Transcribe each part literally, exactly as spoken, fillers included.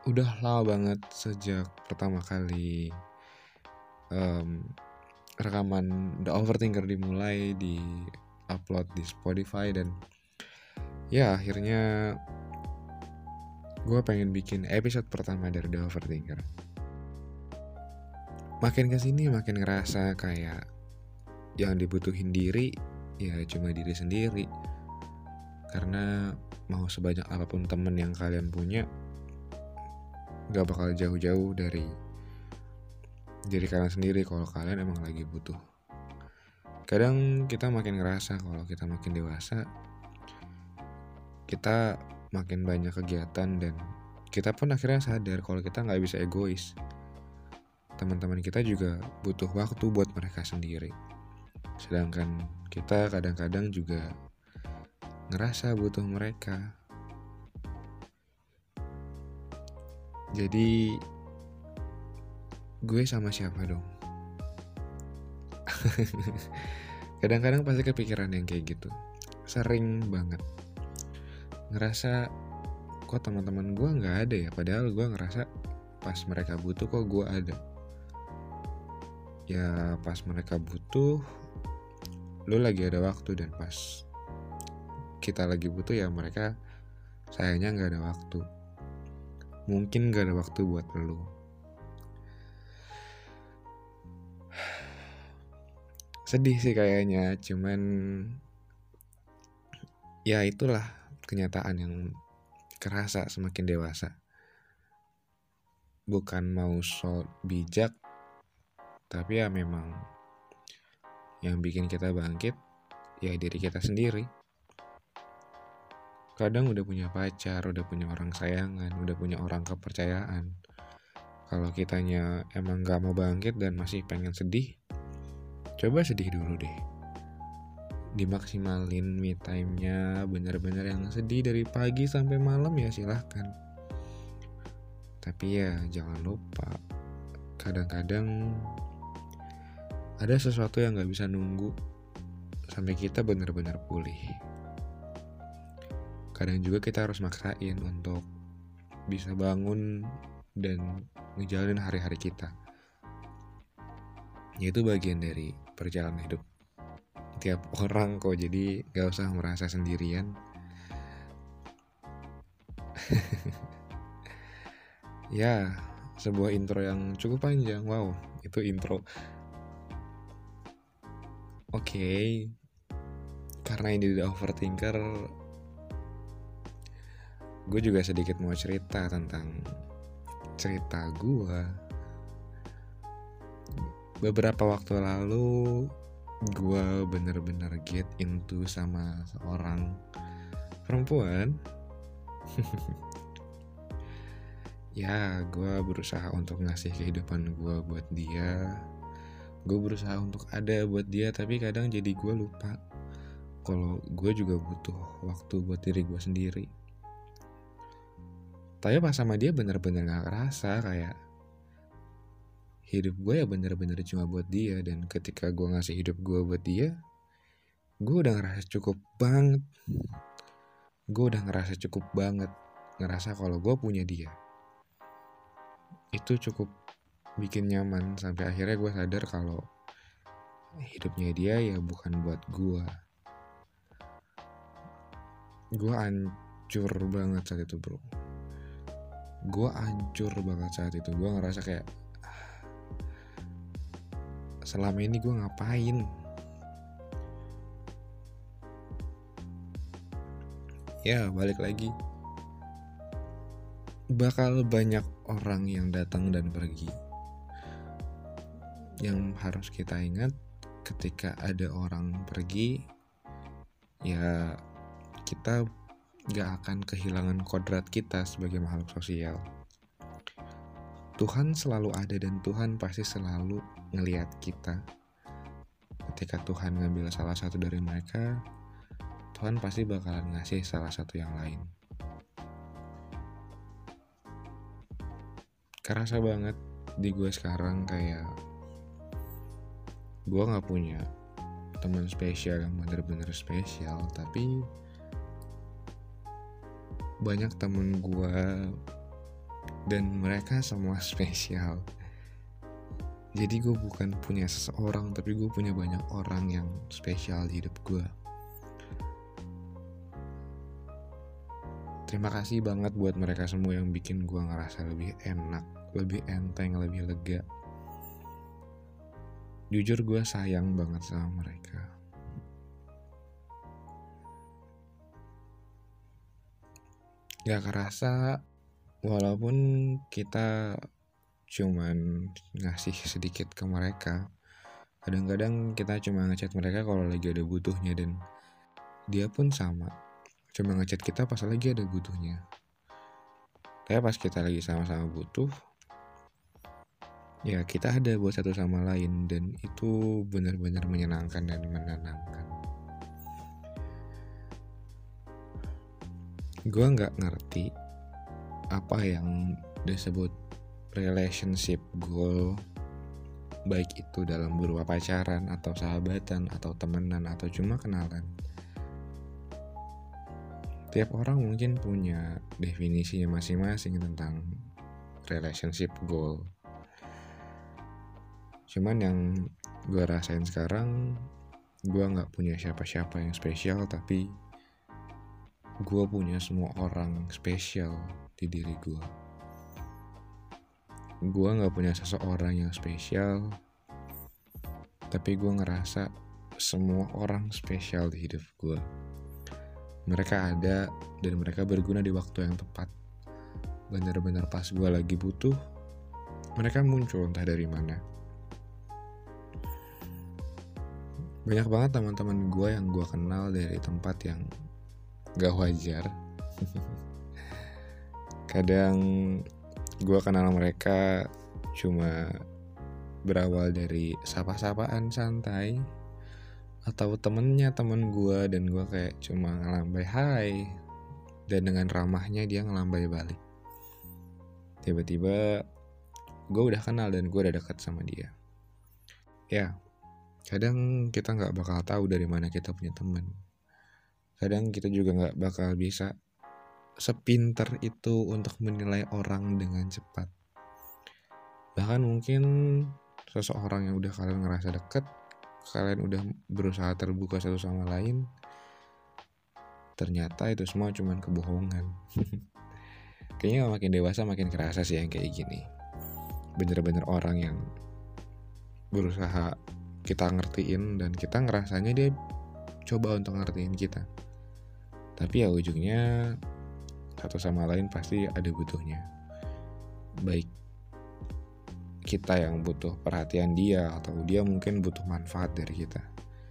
Udah lama banget sejak pertama kali um, rekaman The Overthinker dimulai, di upload di Spotify, dan ya akhirnya gue pengen bikin episode pertama dari The Overthinker. Makin kesini makin ngerasa kayak yang dibutuhin diri ya cuma diri sendiri. Karena mau sebanyak apapun temen yang kalian punya, gak bakal jauh-jauh dari diri kalian sendiri kalau kalian emang lagi butuh. Kadang kita makin ngerasa kalau kita makin dewasa, kita makin banyak kegiatan, dan kita pun akhirnya sadar kalau kita gak bisa egois. Teman-teman kita juga butuh waktu buat mereka sendiri, sedangkan kita kadang-kadang juga ngerasa butuh mereka. Jadi gue sama siapa dong? Kadang-kadang pasti kepikiran yang kayak gitu. Sering banget ngerasa kok teman-teman gue gak ada ya, padahal gue ngerasa pas mereka butuh kok gue ada. Ya pas mereka butuh lu lagi ada waktu, dan pas kita lagi butuh ya mereka sayangnya gak ada waktu. Mungkin gak ada waktu buat lu. Sedih sih kayaknya, cuman ya itulah kenyataan yang kerasa semakin dewasa. Bukan mau so bijak, tapi ya memang yang bikin kita bangkit ya diri kita sendiri. Kadang udah punya pacar, udah punya orang sayangan, udah punya orang kepercayaan, kalau kitanya emang gak mau bangkit dan masih pengen sedih, coba sedih dulu deh. Dimaksimalin me time-nya, bener-bener yang sedih dari pagi sampai malam ya silahkan. Tapi ya jangan lupa, kadang-kadang ada sesuatu yang gak bisa nunggu sampai kita benar-benar pulih. Kadang juga kita harus maksain untuk bisa bangun dan ngejalanin hari-hari kita. Ya itu bagian dari perjalanan hidup tiap orang kok, jadi gak usah merasa sendirian. Ya, sebuah intro yang cukup panjang. Wow, itu intro. Oke, okay. Karena ini The Overthinker, gue juga sedikit mau cerita tentang cerita gue. Beberapa waktu lalu gue bener-bener get into sama seorang perempuan. Ya gue berusaha untuk ngasih kehidupan gue buat dia. Gue berusaha untuk ada buat dia, tapi kadang jadi gue lupa kalau gue juga butuh waktu buat diri gue sendiri. Tapi pas sama dia bener-bener gak kerasa kayak hidup gue ya bener-bener cuma buat dia. Dan ketika gue ngasih hidup gue buat dia, gue udah ngerasa cukup banget. Gue udah ngerasa cukup banget ngerasa kalau gue punya dia. Itu cukup bikin nyaman, sampai akhirnya gue sadar kalau hidupnya dia ya bukan buat gue. Gue hancur banget saat itu bro. Gue hancur banget saat itu. Gue ngerasa kayak selama ini gue ngapain. Ya balik lagi, bakal banyak orang yang datang dan pergi. Yang harus kita ingat ketika ada orang pergi, ya kita gak akan kehilangan kodrat kita sebagai makhluk sosial. Tuhan selalu ada dan Tuhan pasti selalu ngelihat kita. Ketika Tuhan ngambil salah satu dari mereka, Tuhan pasti bakalan ngasih salah satu yang lain. Kerasa banget di gue sekarang kayak gue gak punya teman spesial yang bener-bener spesial, tapi banyak temen gue dan mereka semua spesial. Jadi gue bukan punya seseorang, tapi gue punya banyak orang yang spesial di hidup gue. Terima kasih banget buat mereka semua yang bikin gue ngerasa lebih enak, lebih enteng, lebih lega. Jujur gue sayang banget sama mereka. Gak kerasa, walaupun kita cuman ngasih sedikit ke mereka, kadang-kadang kita cuma ngechat mereka kalau lagi ada butuhnya, dan dia pun sama, cuma ngechat kita pas lagi ada butuhnya. Tapi pas kita lagi sama-sama butuh, ya kita ada buat satu sama lain, dan itu benar-benar menyenangkan dan menenangkan. Gue gak ngerti apa yang disebut relationship goal, baik itu dalam berupa pacaran atau sahabatan atau temenan atau cuma kenalan. Tiap orang mungkin punya definisinya masing-masing tentang relationship goal. Cuman yang gue rasain sekarang, gue gak punya siapa-siapa yang spesial, tapi gue punya semua orang spesial di diri gue. Gue gak punya seseorang yang spesial, tapi gue ngerasa semua orang spesial di hidup gue. Mereka ada dan mereka berguna di waktu yang tepat. Benar-benar pas gue lagi butuh, mereka muncul entah dari mana. Banyak banget teman-teman gue yang gue kenal dari tempat yang gak wajar. Kadang gue kenal mereka cuma berawal dari sapa-sapaan santai, atau temennya temen gue dan gue kayak cuma ngelambai hai, dan dengan ramahnya dia ngelambai balik. Tiba-tiba gue udah kenal dan gue udah dekat sama dia. Ya, kadang kita gak bakal tahu dari mana kita punya teman. Kadang kita juga gak bakal bisa sepinter itu untuk menilai orang dengan cepat. Bahkan mungkin seseorang yang udah kalian ngerasa deket, kalian udah berusaha terbuka satu sama lain, ternyata itu semua cuman kebohongan. Kayaknya makin dewasa makin kerasa sih yang kayak gini. Bener-bener orang yang berusaha kita ngertiin dan kita ngerasanya dia coba untuk ngertiin kita, tapi ya ujungnya satu sama lain pasti ada butuhnya. Baik kita yang butuh perhatian dia, atau dia mungkin butuh manfaat dari kita.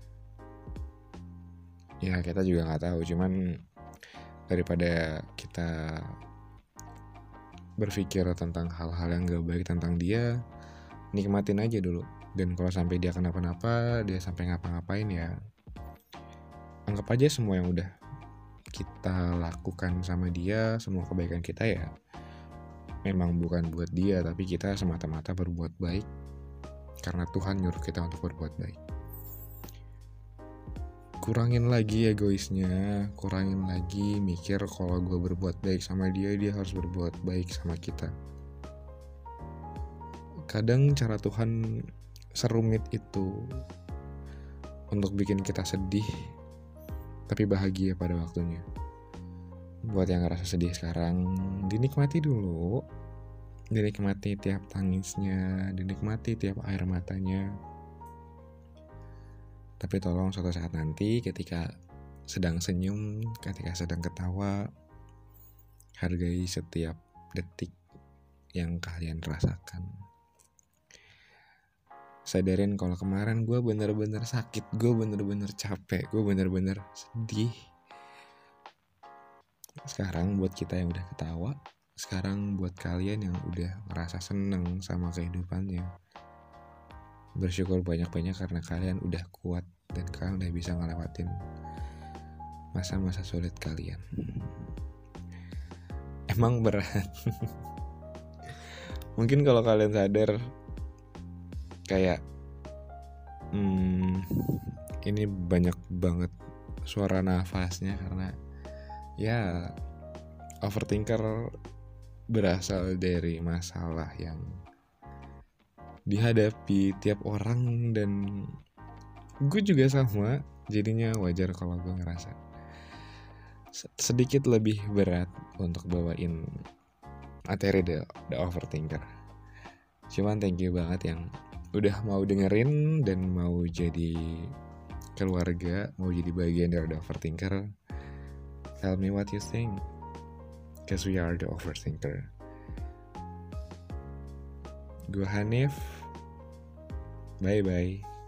Ya kita juga gak tahu, cuman daripada kita berpikir tentang hal-hal yang gak baik tentang dia, nikmatin aja dulu. Dan kalau sampai dia kenapa-napa, dia sampai ngapa-ngapain, ya anggap aja semua yang udah kita lakukan sama dia, semua kebaikan kita ya memang bukan buat dia, tapi kita semata-mata berbuat baik karena Tuhan nyuruh kita untuk berbuat baik. Kurangin lagi egoisnya, kurangin lagi mikir kalau gue berbuat baik sama dia, dia harus berbuat baik sama kita. Kadang cara Tuhan serumit itu untuk bikin kita sedih tapi bahagia pada waktunya. Buat yang ngerasa sedih sekarang, dinikmati dulu. Dinikmati tiap tangisnya, dinikmati tiap air matanya. Tapi tolong suatu saat nanti ketika sedang senyum, ketika sedang ketawa, hargai setiap detik yang kalian rasakan. Sadarin kalau kemarin gue bener-bener sakit, gue bener-bener capek, gue bener-bener sedih. Sekarang buat kita yang udah ketawa, sekarang buat kalian yang udah ngerasa seneng sama kehidupannya, bersyukur banyak-banyak karena kalian udah kuat dan kalian udah bisa ngelewatin masa-masa sulit kalian. Emang berat. Mungkin kalau kalian sadar kayak hmm, ini banyak banget suara nafasnya karena ya overthinker berasal dari masalah yang dihadapi tiap orang, dan gue juga sama. Jadinya wajar kalau gue ngerasa sedikit lebih berat untuk bawain materi The, The Overthinker. Cuman thank you banget yang udah mau dengerin dan mau jadi keluarga, mau jadi bagian dari The Overthinker. Tell me what you think, cause we are The Overthinker. Gue Hanif, bye bye.